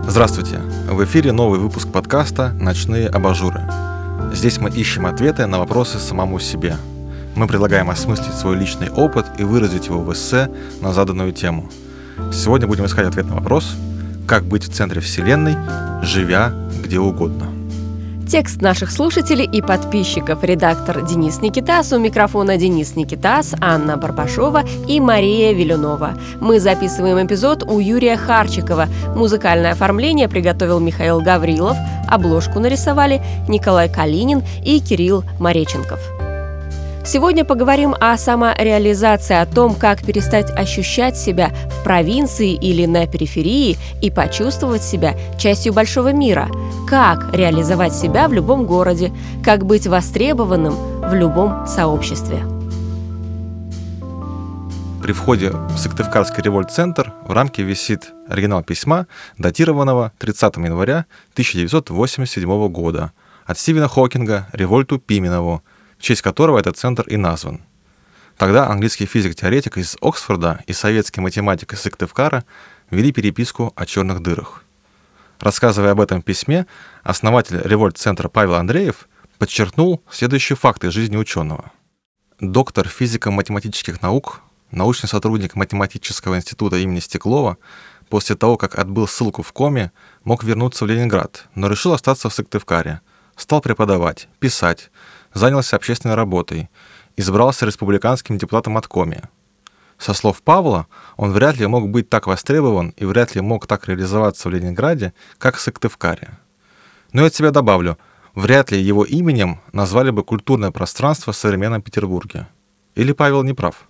Здравствуйте! В эфире новый выпуск подкаста «Ночные абажуры». Здесь мы ищем ответы на вопросы самому себе. Мы предлагаем осмыслить свой личный опыт и выразить его в эссе на заданную тему. Сегодня будем искать ответ на вопрос «Как быть в центре Вселенной, живя где угодно?». Текст наших слушателей и подписчиков. Редактор Денис Никитас, у микрофона Денис Никитас, Анна Барбашова и Мария Вилюнова. Мы записываем эпизод у Юрия Харчикова. Музыкальное оформление приготовил Михаил Гаврилов, обложку нарисовали Николай Калинин и Кирилл Мареченков. Сегодня поговорим о самореализации, о том, как перестать ощущать себя в провинции или на периферии и почувствовать себя частью большого мира, как реализовать себя в любом городе, как быть востребованным в любом сообществе. При входе в Сыктывкарский револьт-центр в рамке висит оригинал письма, датированного 30 января 1987 года от Стивена Хокинга Револьту Пименову, в честь которого этот центр и назван. Тогда английский физик-теоретик из Оксфорда и советский математик из Сыктывкара вели переписку о черных дырах. Рассказывая об этом письме, основатель револьт-центра Павел Андреев подчеркнул следующие факты из жизни ученого. Доктор физико-математических наук, научный сотрудник математического института имени Стеклова, после того, как отбыл ссылку в Коме, мог вернуться в Ленинград, но решил остаться в Сыктывкаре. Стал преподавать, писать, занялся общественной работой, избрался республиканским депутатом от Коми. Со слов Павла, он вряд ли мог быть так востребован и вряд ли мог так реализоваться в Ленинграде, как в Сыктывкаре. Но я от себя добавлю, вряд ли его именем назвали бы культурное пространство в современном Петербурге. Или Павел не прав?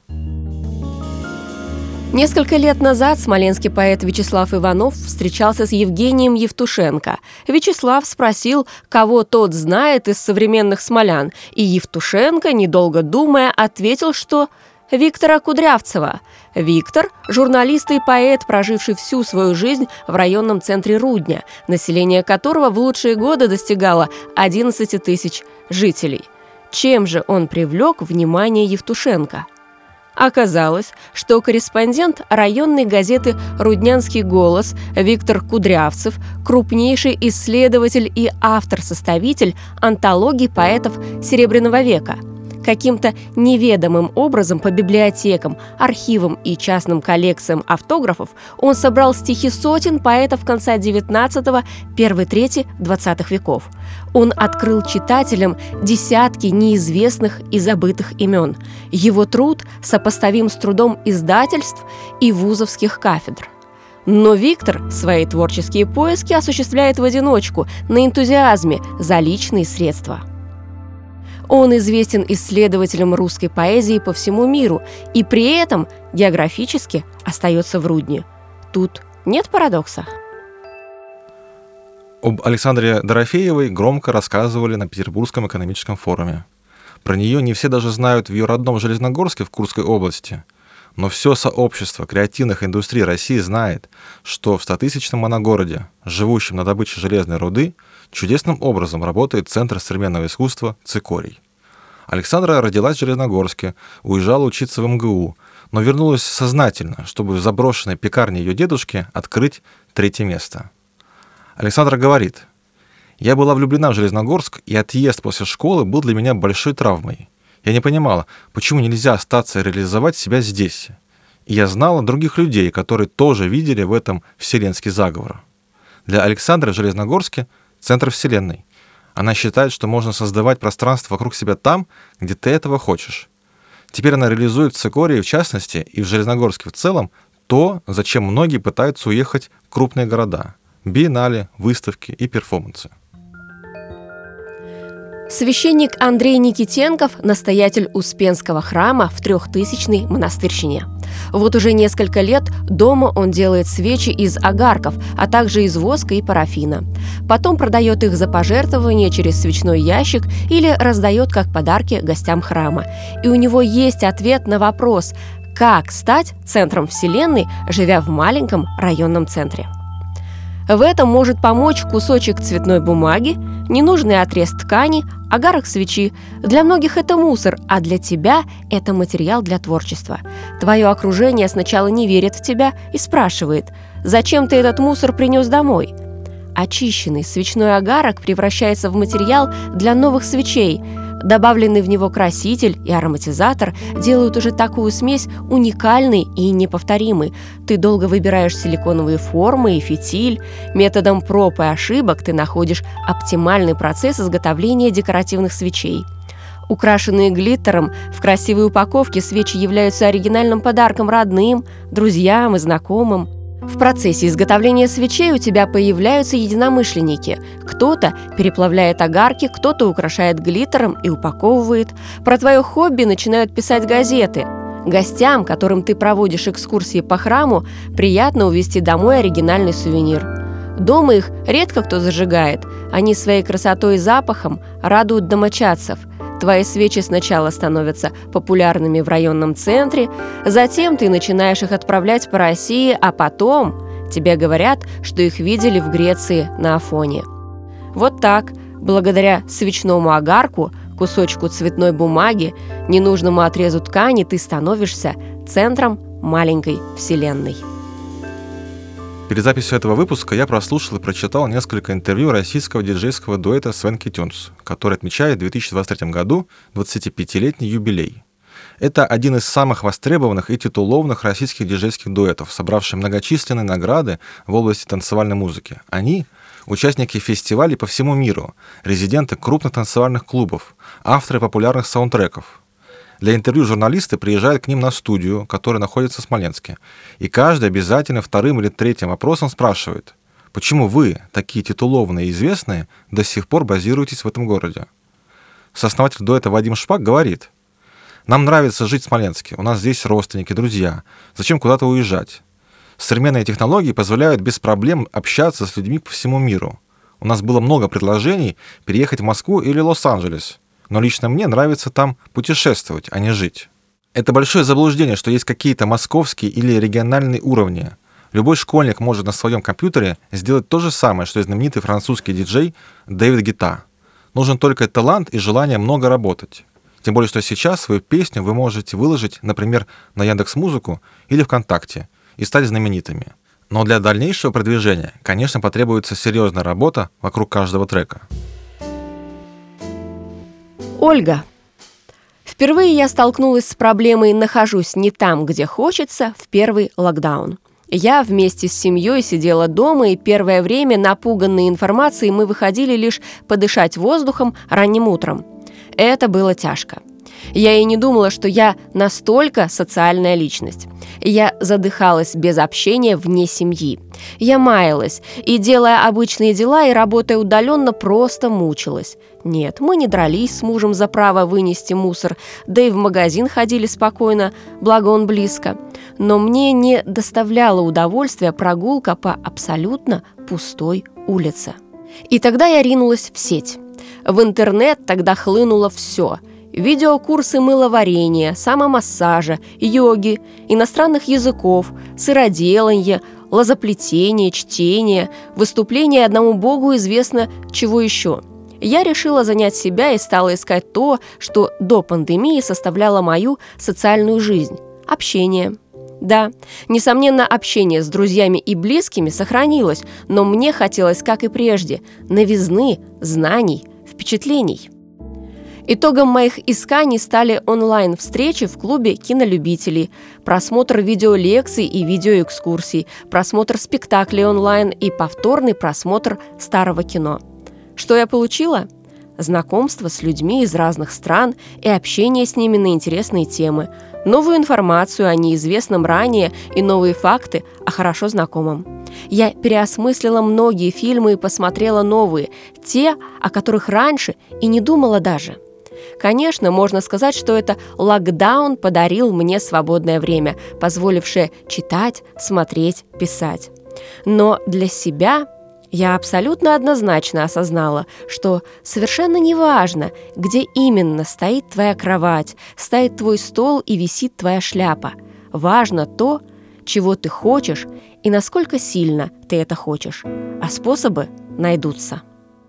Несколько лет назад смоленский поэт Вячеслав Иванов встречался с Евгением Евтушенко. Вячеслав спросил, кого тот знает из современных смолян, и Евтушенко, недолго думая, ответил, что Виктора Кудрявцева. Виктор – журналист и поэт, проживший всю свою жизнь в районном центре Рудня, население которого в лучшие годы достигало 11 тысяч жителей. Чем же он привлек внимание Евтушенко? Оказалось, что корреспондент районной газеты «Руднянский голос» Виктор Кудрявцев – крупнейший исследователь и автор-составитель антологии поэтов Серебряного века. Каким-то неведомым образом по библиотекам, архивам и частным коллекциям автографов он собрал стихи сотен поэтов конца XIX – первой трети XX веков. Он открыл читателям десятки неизвестных и забытых имен. Его труд сопоставим с трудом издательств и вузовских кафедр. Но Виктор свои творческие поиски осуществляет в одиночку, на энтузиазме, за личные средства. Он известен исследователем русской поэзии по всему миру и при этом географически остается в Рудне. Тут нет парадокса. Об Александре Дорофеевой громко рассказывали на Петербургском экономическом форуме. Про нее не все даже знают в ее родном Железногорске в Курской области. Но все сообщество креативных индустрий России знает, что в 100-тысячном моногороде, живущем на добыче железной руды, чудесным образом работает Центр современного искусства «Цикорий». Александра родилась в Железногорске, уезжала учиться в МГУ, но вернулась сознательно, чтобы в заброшенной пекарне ее дедушки открыть третье место. Александра говорит: «Я была влюблена в Железногорск, и отъезд после школы был для меня большой травмой. Я не понимала, почему нельзя остаться и реализовать себя здесь. И я знала других людей, которые тоже видели в этом вселенский заговор. Для Александры в Железногорске — центр вселенной. Она считает, что можно создавать пространство вокруг себя там, где ты этого хочешь. Теперь она реализует в Цикории в частности и в Железногорске в целом то, зачем многие пытаются уехать в крупные города — биеннале, выставки и перформансы». Священник Андрей Никитенков – настоятель Успенского храма в 3000-й монастырщине. Вот уже несколько лет дома он делает свечи из огарков, а также из воска и парафина. Потом продает их за пожертвование через свечной ящик или раздает как подарки гостям храма. И у него есть ответ на вопрос, как стать центром вселенной, живя в маленьком районном центре. В этом может помочь кусочек цветной бумаги, ненужный отрез ткани, огарок свечи. Для многих это мусор, а для тебя это материал для творчества. Твое окружение сначала не верит в тебя и спрашивает: «Зачем ты этот мусор принес домой?» очищенный свечной агарок превращается в материал для новых свечей. Добавленный в него краситель и ароматизатор делают уже такую смесь уникальной и неповторимой. Ты долго выбираешь силиконовые формы и фитиль. Методом проб и ошибок ты находишь оптимальный процесс изготовления декоративных свечей. Украшенные глиттером, в красивой упаковке свечи являются оригинальным подарком родным, друзьям и знакомым. В процессе изготовления свечей у тебя появляются единомышленники. Кто-то переплавляет огарки, кто-то украшает глиттером и упаковывает. Про твое хобби начинают писать газеты. Гостям, которым ты проводишь экскурсии по храму, приятно увезти домой оригинальный сувенир. Дома их редко кто зажигает. Они своей красотой и запахом радуют домочадцев. Твои свечи сначала становятся популярными в районном центре, затем ты начинаешь их отправлять по России, а потом тебе говорят, что их видели в Греции на Афоне. Вот так, благодаря свечному огарку, кусочку цветной бумаги, ненужному отрезу ткани, ты становишься центром маленькой вселенной. Перед записью этого выпуска я прослушал и прочитал несколько интервью российского диджейского дуэта Swanky Tunes, который отмечает в 2023 году 25-летний юбилей. Это один из самых востребованных и титулованных российских диджейских дуэтов, собравший многочисленные награды в области танцевальной музыки. Они — участники фестивалей по всему миру, резиденты крупных танцевальных клубов, авторы популярных саундтреков. Для интервью журналисты приезжают к ним на студию, которая находится в Смоленске, и каждый обязательно вторым или третьим вопросом спрашивает: почему вы, такие титулованные и известные, до сих пор базируетесь в этом городе? Сооснователь дуэта Вадим Шпак говорит: нам нравится жить в Смоленске, у нас здесь родственники, друзья, зачем куда-то уезжать? Современные технологии позволяют без проблем общаться с людьми по всему миру. У нас было много предложений переехать в Москву или Лос-Анджелес, но лично мне нравится там путешествовать, а не жить. Это большое заблуждение, что есть какие-то московские или региональные уровни. Любой школьник может на своем компьютере сделать то же самое, что и знаменитый французский диджей Дэвид Гетта. Нужен только талант и желание много работать. Тем более, что сейчас свою песню вы можете выложить, например, на Яндекс.Музыку или ВКонтакте и стать знаменитыми. Но для дальнейшего продвижения, конечно, потребуется серьезная работа вокруг каждого трека. Ольга. Впервые я столкнулась с проблемой «нахожусь не там, где хочется» в первый локдаун. Я вместе с семьей сидела дома, и первое время, напуганные информацией, мы выходили лишь подышать воздухом ранним утром. Это было тяжко. Я и не думала, что я настолько социальная личность. Я задыхалась без общения вне семьи. Я маялась, и, делая обычные дела и работая удаленно, просто мучилась. Нет, мы не дрались с мужем за право вынести мусор, да и в магазин ходили спокойно, благо он близко. Но мне не доставляла удовольствия прогулка по абсолютно пустой улице. И тогда я ринулась в сеть. В интернет тогда хлынуло все – видеокурсы мыловарения, самомассажа, йоги, иностранных языков, сыроделания, лозоплетения, чтения, выступления одному богу известно чего еще. Я решила занять себя и стала искать то, что до пандемии составляло мою социальную жизнь – общение. Да, несомненно, общение с друзьями и близкими сохранилось, но мне хотелось, как и прежде, новизны, знаний, впечатлений. Итогом моих исканий стали онлайн-встречи в клубе кинолюбителей, просмотр видеолекций и видеоэкскурсий, просмотр спектаклей онлайн и повторный просмотр старого кино. Что я получила? Знакомство с людьми из разных стран и общение с ними на интересные темы, новую информацию о неизвестном ранее и новые факты о хорошо знакомом. Я переосмыслила многие фильмы и посмотрела новые, те, о которых раньше и не думала даже. Конечно, можно сказать, что это локдаун подарил мне свободное время, позволившее читать, смотреть, писать. Но для себя я абсолютно однозначно осознала, что совершенно неважно, где именно стоит твоя кровать, стоит твой стол и висит твоя шляпа. Важно то, чего ты хочешь и насколько сильно ты это хочешь, а способы найдутся.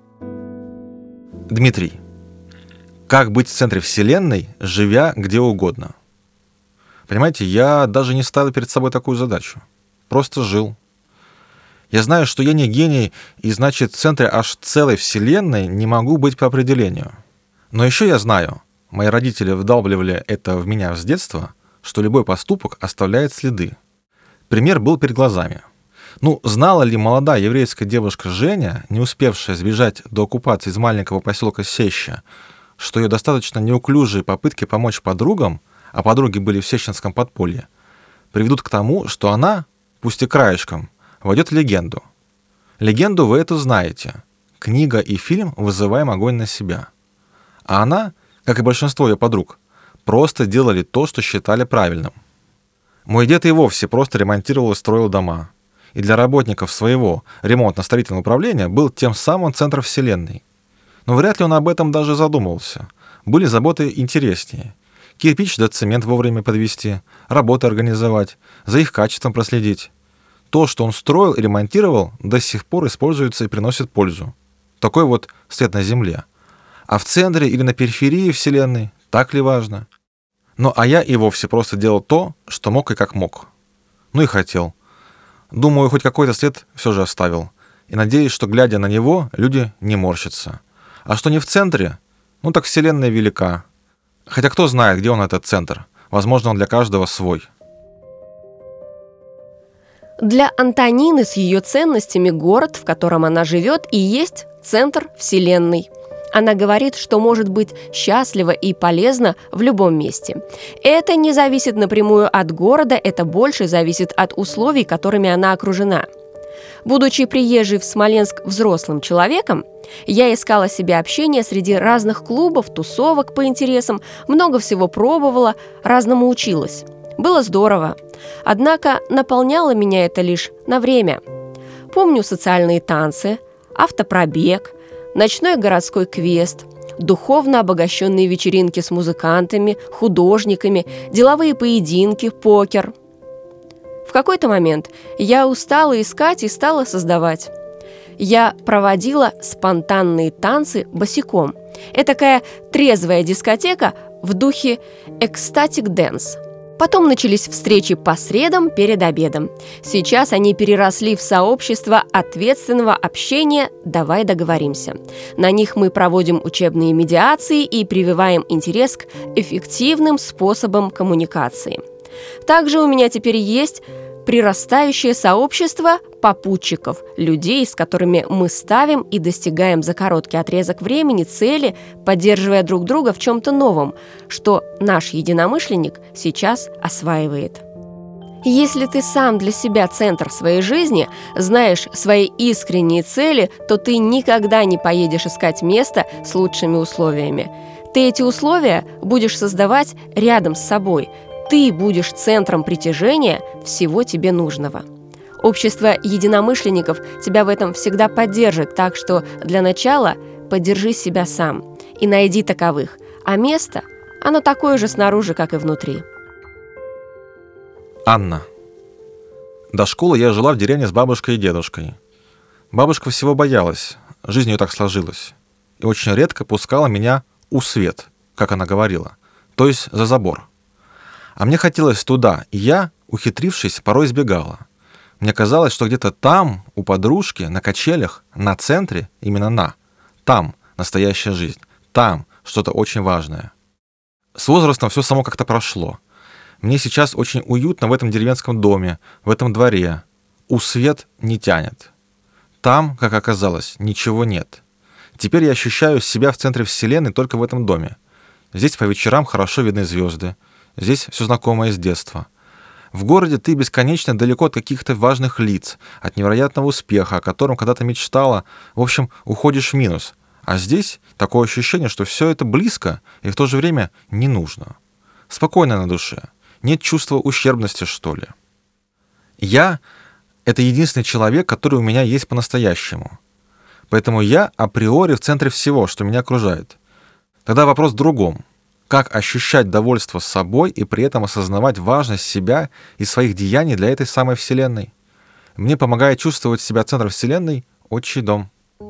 Дмитрий. Как быть в центре вселенной, живя где угодно? Понимаете, я даже не ставил перед собой такую задачу. Просто жил. Я знаю, что я не гений, и значит, в центре аж целой вселенной не могу быть по определению. Но еще я знаю, мои родители вдалбливали это в меня с детства, что любой поступок оставляет следы. Пример был перед глазами. Знала ли молодая еврейская девушка Женя, не успевшая сбежать до оккупации из маленького поселка Сеща, что ее достаточно неуклюжие попытки помочь подругам, а подруги были в сещинском подполье, приведут к тому, что она, пусть и краешком, войдет в легенду. Легенду вы это знаете. Книга и фильм «Вызываем огонь на себя». А она, как и большинство ее подруг, просто делали то, что считали правильным. Мой дед и вовсе просто ремонтировал и строил дома. И для работников своего ремонтно-строительного управления был тем самым центром вселенной. Но вряд ли он об этом даже задумывался. Были заботы интереснее. Кирпич да цемент вовремя подвести, работы организовать, за их качеством проследить. То, что он строил и ремонтировал, до сих пор используется и приносит пользу. Такой вот след на Земле. А в центре или на периферии Вселенной, так ли важно? А я и вовсе просто делал то, что мог и как мог. И хотел. Думаю, хоть какой-то след все же оставил. И надеюсь, что, глядя на него, люди не морщатся. А что не в центре? Так Вселенная велика. Хотя кто знает, где он, этот центр. Возможно, он для каждого свой. Для Антонины с ее ценностями город, в котором она живет, и есть центр Вселенной. Она говорит, что может быть счастлива и полезна в любом месте. Это не зависит напрямую от города, это больше зависит от условий, которыми она окружена. Будучи приезжей в Смоленск взрослым человеком, я искала себе общение среди разных клубов, тусовок по интересам, много всего пробовала, разному училась. Было здорово. Однако наполняло меня это лишь на время. Помню социальные танцы, автопробег, ночной городской квест, духовно обогащенные вечеринки с музыкантами, художниками, деловые поединки, покер. В какой-то момент я устала искать и стала создавать. Я проводила спонтанные танцы босиком. Этакая трезвая дискотека в духе «экстатик дэнс». Потом начались встречи по средам перед обедом. Сейчас они переросли в сообщество ответственного общения «Давай договоримся». На них мы проводим учебные медиации и прививаем интерес к эффективным способам коммуникации. Также у меня теперь есть прирастающее сообщество попутчиков, людей, с которыми мы ставим и достигаем за короткий отрезок времени цели, поддерживая друг друга в чем-то новом, что наш единомышленник сейчас осваивает. Если ты сам для себя центр своей жизни, знаешь свои искренние цели, то ты никогда не поедешь искать место с лучшими условиями. Ты эти условия будешь создавать рядом с собой. Ты будешь центром притяжения всего тебе нужного. Общество единомышленников тебя в этом всегда поддержит, так что для начала поддержи себя сам и найди таковых, а место, оно такое же снаружи, как и внутри. Анна. До школы я жила в деревне с бабушкой и дедушкой. Бабушка всего боялась, жизнь ее так сложилась, и очень редко пускала меня у свет, как она говорила, то есть за забор. А мне хотелось туда, и я, ухитрившись, порой сбегала. Мне казалось, что где-то там, у подружки, на качелях, на центре, именно там настоящая жизнь, там что-то очень важное. С возрастом все само как-то прошло. Мне сейчас очень уютно в этом деревенском доме, в этом дворе. У свет не тянет. Там, как оказалось, ничего нет. Теперь я ощущаю себя в центре вселенной только в этом доме. Здесь по вечерам хорошо видны звезды. Здесь все знакомое с детства. В городе ты бесконечно далеко от каких-то важных лиц, от невероятного успеха, о котором когда-то мечтала. В общем, уходишь в минус. А здесь такое ощущение, что все это близко и в то же время не нужно. Спокойно на душе. Нет чувства ущербности, что ли. Я — это единственный человек, который у меня есть по-настоящему. Поэтому я априори в центре всего, что меня окружает. Тогда вопрос в другом. Как ощущать довольство собой и при этом осознавать важность себя и своих деяний для этой самой Вселенной? Мне помогает чувствовать себя центром Вселенной отчий дом.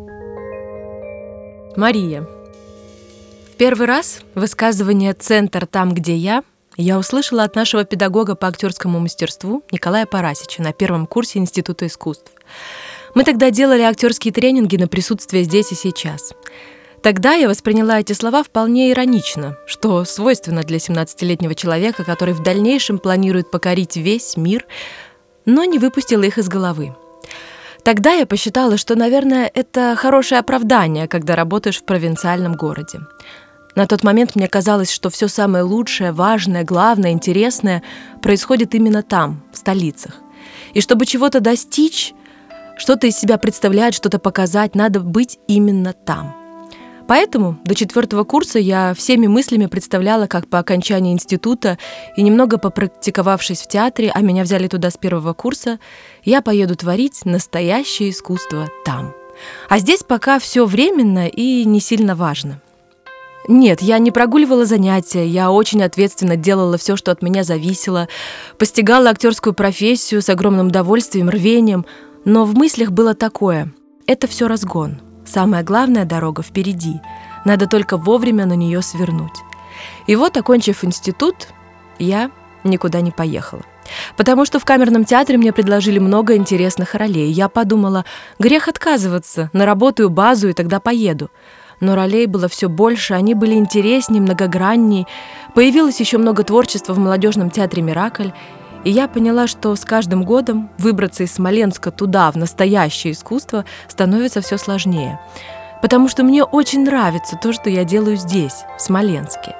Мария. В первый раз высказывание «центр там, где я услышала от нашего педагога по актерскому мастерству Николая Парасича на первом курсе Института искусств. Мы тогда делали актерские тренинги на присутствие здесь и сейчас. Тогда я восприняла эти слова вполне иронично, что свойственно для 17-летнего человека, который в дальнейшем планирует покорить весь мир, но не выпустила их из головы. Тогда я посчитала, что, наверное, это хорошее оправдание, когда работаешь в провинциальном городе. На тот момент мне казалось, что все самое лучшее, важное, главное, интересное происходит именно там, в столицах. И чтобы чего-то достичь, что-то из себя представлять, что-то показать, надо быть именно там. Поэтому до 4 курса я всеми мыслями представляла, как по окончании института и немного попрактиковавшись в театре, а меня взяли туда с 1 курса, я поеду творить настоящее искусство там. А здесь пока все временно и не сильно важно. Нет, я не прогуливала занятия, я очень ответственно делала все, что от меня зависело, постигала актерскую профессию с огромным удовольствием, рвением, но в мыслях было такое: это все разгон. Самая главная дорога впереди. Надо только вовремя на нее свернуть. И вот, окончив институт, я никуда не поехала. Потому что в камерном театре мне предложили много интересных ролей. Я подумала, грех отказываться, наработаю базу и тогда поеду. Но ролей было все больше, они были интереснее, многограннее. Появилось еще много творчества в молодежном театре «Миракль». И я поняла, что с каждым годом выбраться из Смоленска туда, в настоящее искусство, становится все сложнее. Потому что мне очень нравится то, что я делаю здесь, в Смоленске.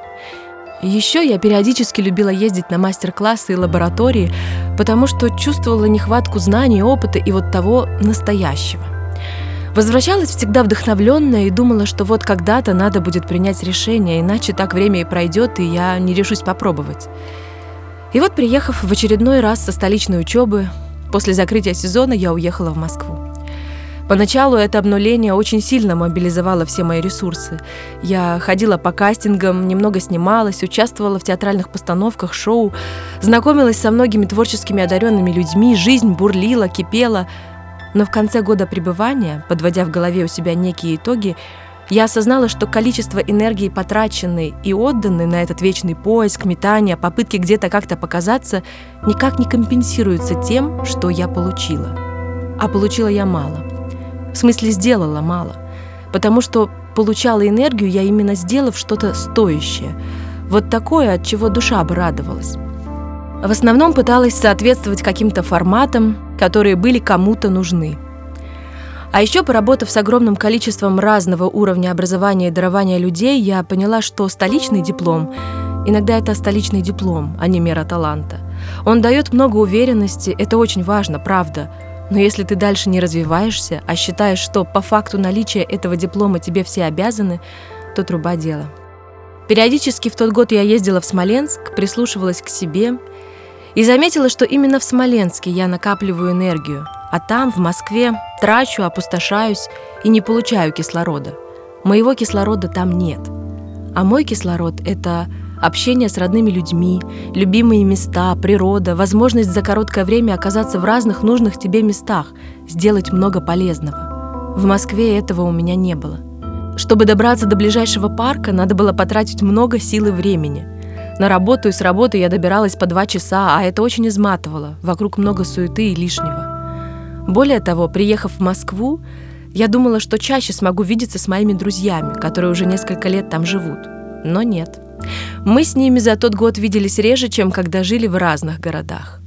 Еще я периодически любила ездить на мастер-классы и лаборатории, потому что чувствовала нехватку знаний, опыта и вот того настоящего. Возвращалась всегда вдохновленная и думала, что вот когда-то надо будет принять решение, иначе так время и пройдет, и я не решусь попробовать. И вот, приехав в очередной раз со столичной учебы, после закрытия сезона я уехала в Москву. Поначалу это обнуление очень сильно мобилизовало все мои ресурсы. Я ходила по кастингам, немного снималась, участвовала в театральных постановках, шоу, знакомилась со многими творческими одаренными людьми, жизнь бурлила, кипела. Но в конце года пребывания, подводя в голове у себя некие итоги, я осознала, что количество энергии, потраченной и отданной на этот вечный поиск, метание, попытки где-то как-то показаться, никак не компенсируется тем, что я получила. А получила я мало. В смысле, сделала мало. Потому что получала энергию я именно сделав что-то стоящее. Вот такое, от чего душа бы радовалась. В основном пыталась соответствовать каким-то форматам, которые были кому-то нужны. А еще, поработав с огромным количеством разного уровня образования и дарования людей, я поняла, что столичный диплом, иногда это столичный диплом, а не мера таланта. Он дает много уверенности, это очень важно, правда. Но если ты дальше не развиваешься, а считаешь, что по факту наличия этого диплома тебе все обязаны, то труба дело. Периодически в тот год я ездила в Смоленск, прислушивалась к себе и заметила, что именно в Смоленске я накапливаю энергию, а там, в Москве, трачу, опустошаюсь и не получаю кислорода. Моего кислорода там нет. А мой кислород – это общение с родными людьми, любимые места, природа, возможность за короткое время оказаться в разных нужных тебе местах, сделать много полезного. В Москве этого у меня не было. Чтобы добраться до ближайшего парка, надо было потратить много сил и времени. На работу и с работы я добиралась по 2 часа, а это очень изматывало, вокруг много суеты и лишнего. Более того, приехав в Москву, я думала, что чаще смогу видеться с моими друзьями, которые уже несколько лет там живут. Но нет. Мы с ними за тот год виделись реже, чем когда жили в разных городах.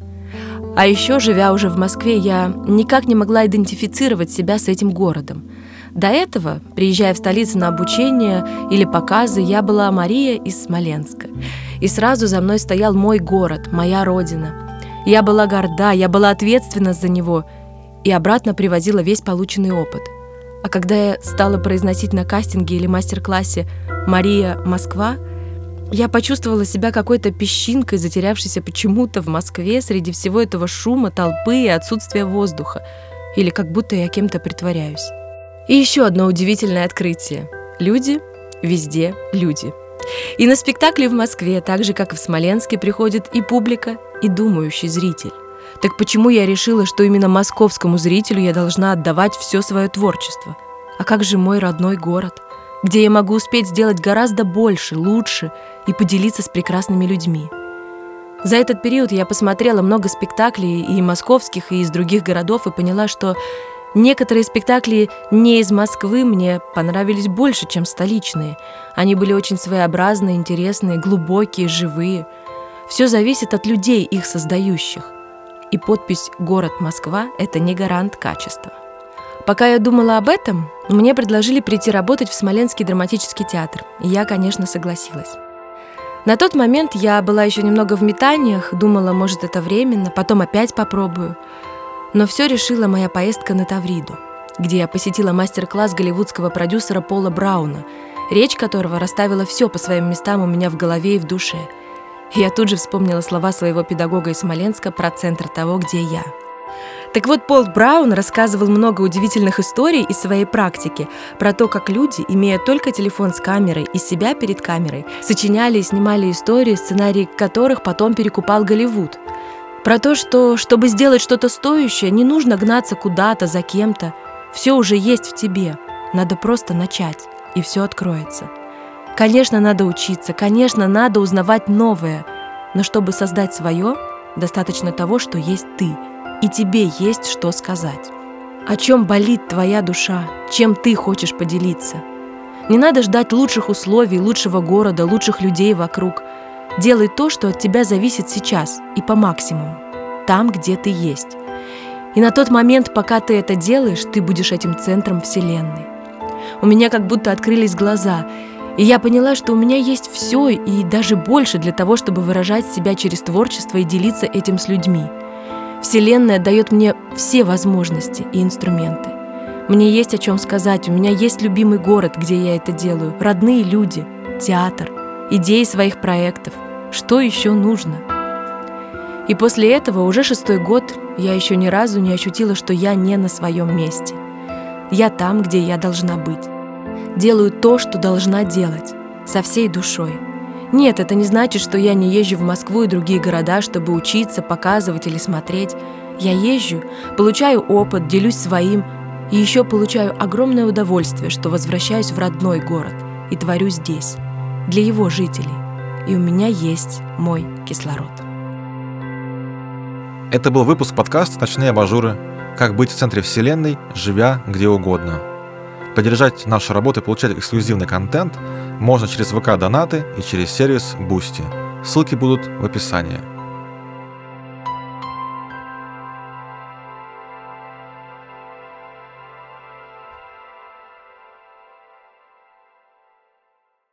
А еще, живя уже в Москве, я никак не могла идентифицировать себя с этим городом. До этого, приезжая в столицу на обучение или показы, я была Мария из Смоленска. И сразу за мной стоял мой город, моя родина. Я была горда, я была ответственна за него и обратно привозила весь полученный опыт. А когда я стала произносить на кастинге или мастер-классе «Мария, Москва», я почувствовала себя какой-то песчинкой, затерявшейся почему-то в Москве среди всего этого шума, толпы и отсутствия воздуха. Или как будто я кем-то притворяюсь. И еще одно удивительное открытие. Люди, везде люди. И на спектакли в Москве, так же, как и в Смоленске, приходит и публика, и думающий зритель. Так почему я решила, что именно московскому зрителю я должна отдавать все свое творчество? А как же мой родной город, где я могу успеть сделать гораздо больше, лучше и поделиться с прекрасными людьми? За этот период я посмотрела много спектаклей и московских, и из других городов, и поняла, что Некоторые спектакли не из Москвы мне понравились больше, чем столичные. Они были очень своеобразные, интересные, глубокие, живые. Все зависит от людей, их создающих. И подпись «Город Москва» — это не гарант качества. Пока я думала об этом, мне предложили прийти работать в Смоленский драматический театр, и я, конечно, согласилась. На тот момент я была еще немного в метаниях, думала, может, это временно, потом опять попробую. Но все решила моя поездка на Тавриду, где я посетила мастер-класс голливудского продюсера Пола Брауна, речь которого расставила все по своим местам у меня в голове и в душе. И я тут же вспомнила слова своего педагога из Смоленска про центр того, где я. Так вот, Пол Браун рассказывал много удивительных историй из своей практики про то, как люди, имея только телефон с камерой и себя перед камерой, сочиняли и снимали истории, сценарии которых потом перекупал Голливуд. Про то, что, чтобы сделать что-то стоящее, не нужно гнаться куда-то за кем-то. Все уже есть в тебе. Надо просто начать, и все откроется. Конечно, надо учиться, конечно, надо узнавать новое. Но чтобы создать свое, достаточно того, что есть ты. И тебе есть что сказать. О чем болит твоя душа, чем ты хочешь поделиться. Не надо ждать лучших условий, лучшего города, лучших людей вокруг. Делай то, что от тебя зависит сейчас, и по максимуму, там, где ты есть. И на тот момент, пока ты это делаешь, ты будешь этим центром Вселенной. У меня как будто открылись глаза, и я поняла, что у меня есть все и даже больше для того, чтобы выражать себя через творчество и делиться этим с людьми. Вселенная дает мне все возможности и инструменты. Мне есть о чем сказать, у меня есть любимый город, где я это делаю, родные люди, театр, идеи своих проектов. Что еще нужно? И после этого уже 6-й год я еще ни разу не ощутила, что я не на своем месте. Я там, где я должна быть. Делаю то, что должна делать, со всей душой. Нет, это не значит, что я не езжу в Москву и другие города, чтобы учиться, показывать или смотреть. Я езжу, получаю опыт, делюсь своим, и еще получаю огромное удовольствие, что возвращаюсь в родной город и творю здесь, для его жителей. И у меня есть мой кислород. Это был выпуск подкаста «Ночные абажуры. Как быть в центре вселенной, живя где угодно». Поддержать нашу работу и получать эксклюзивный контент можно через ВК Донаты и через сервис Boosty. Ссылки будут в описании.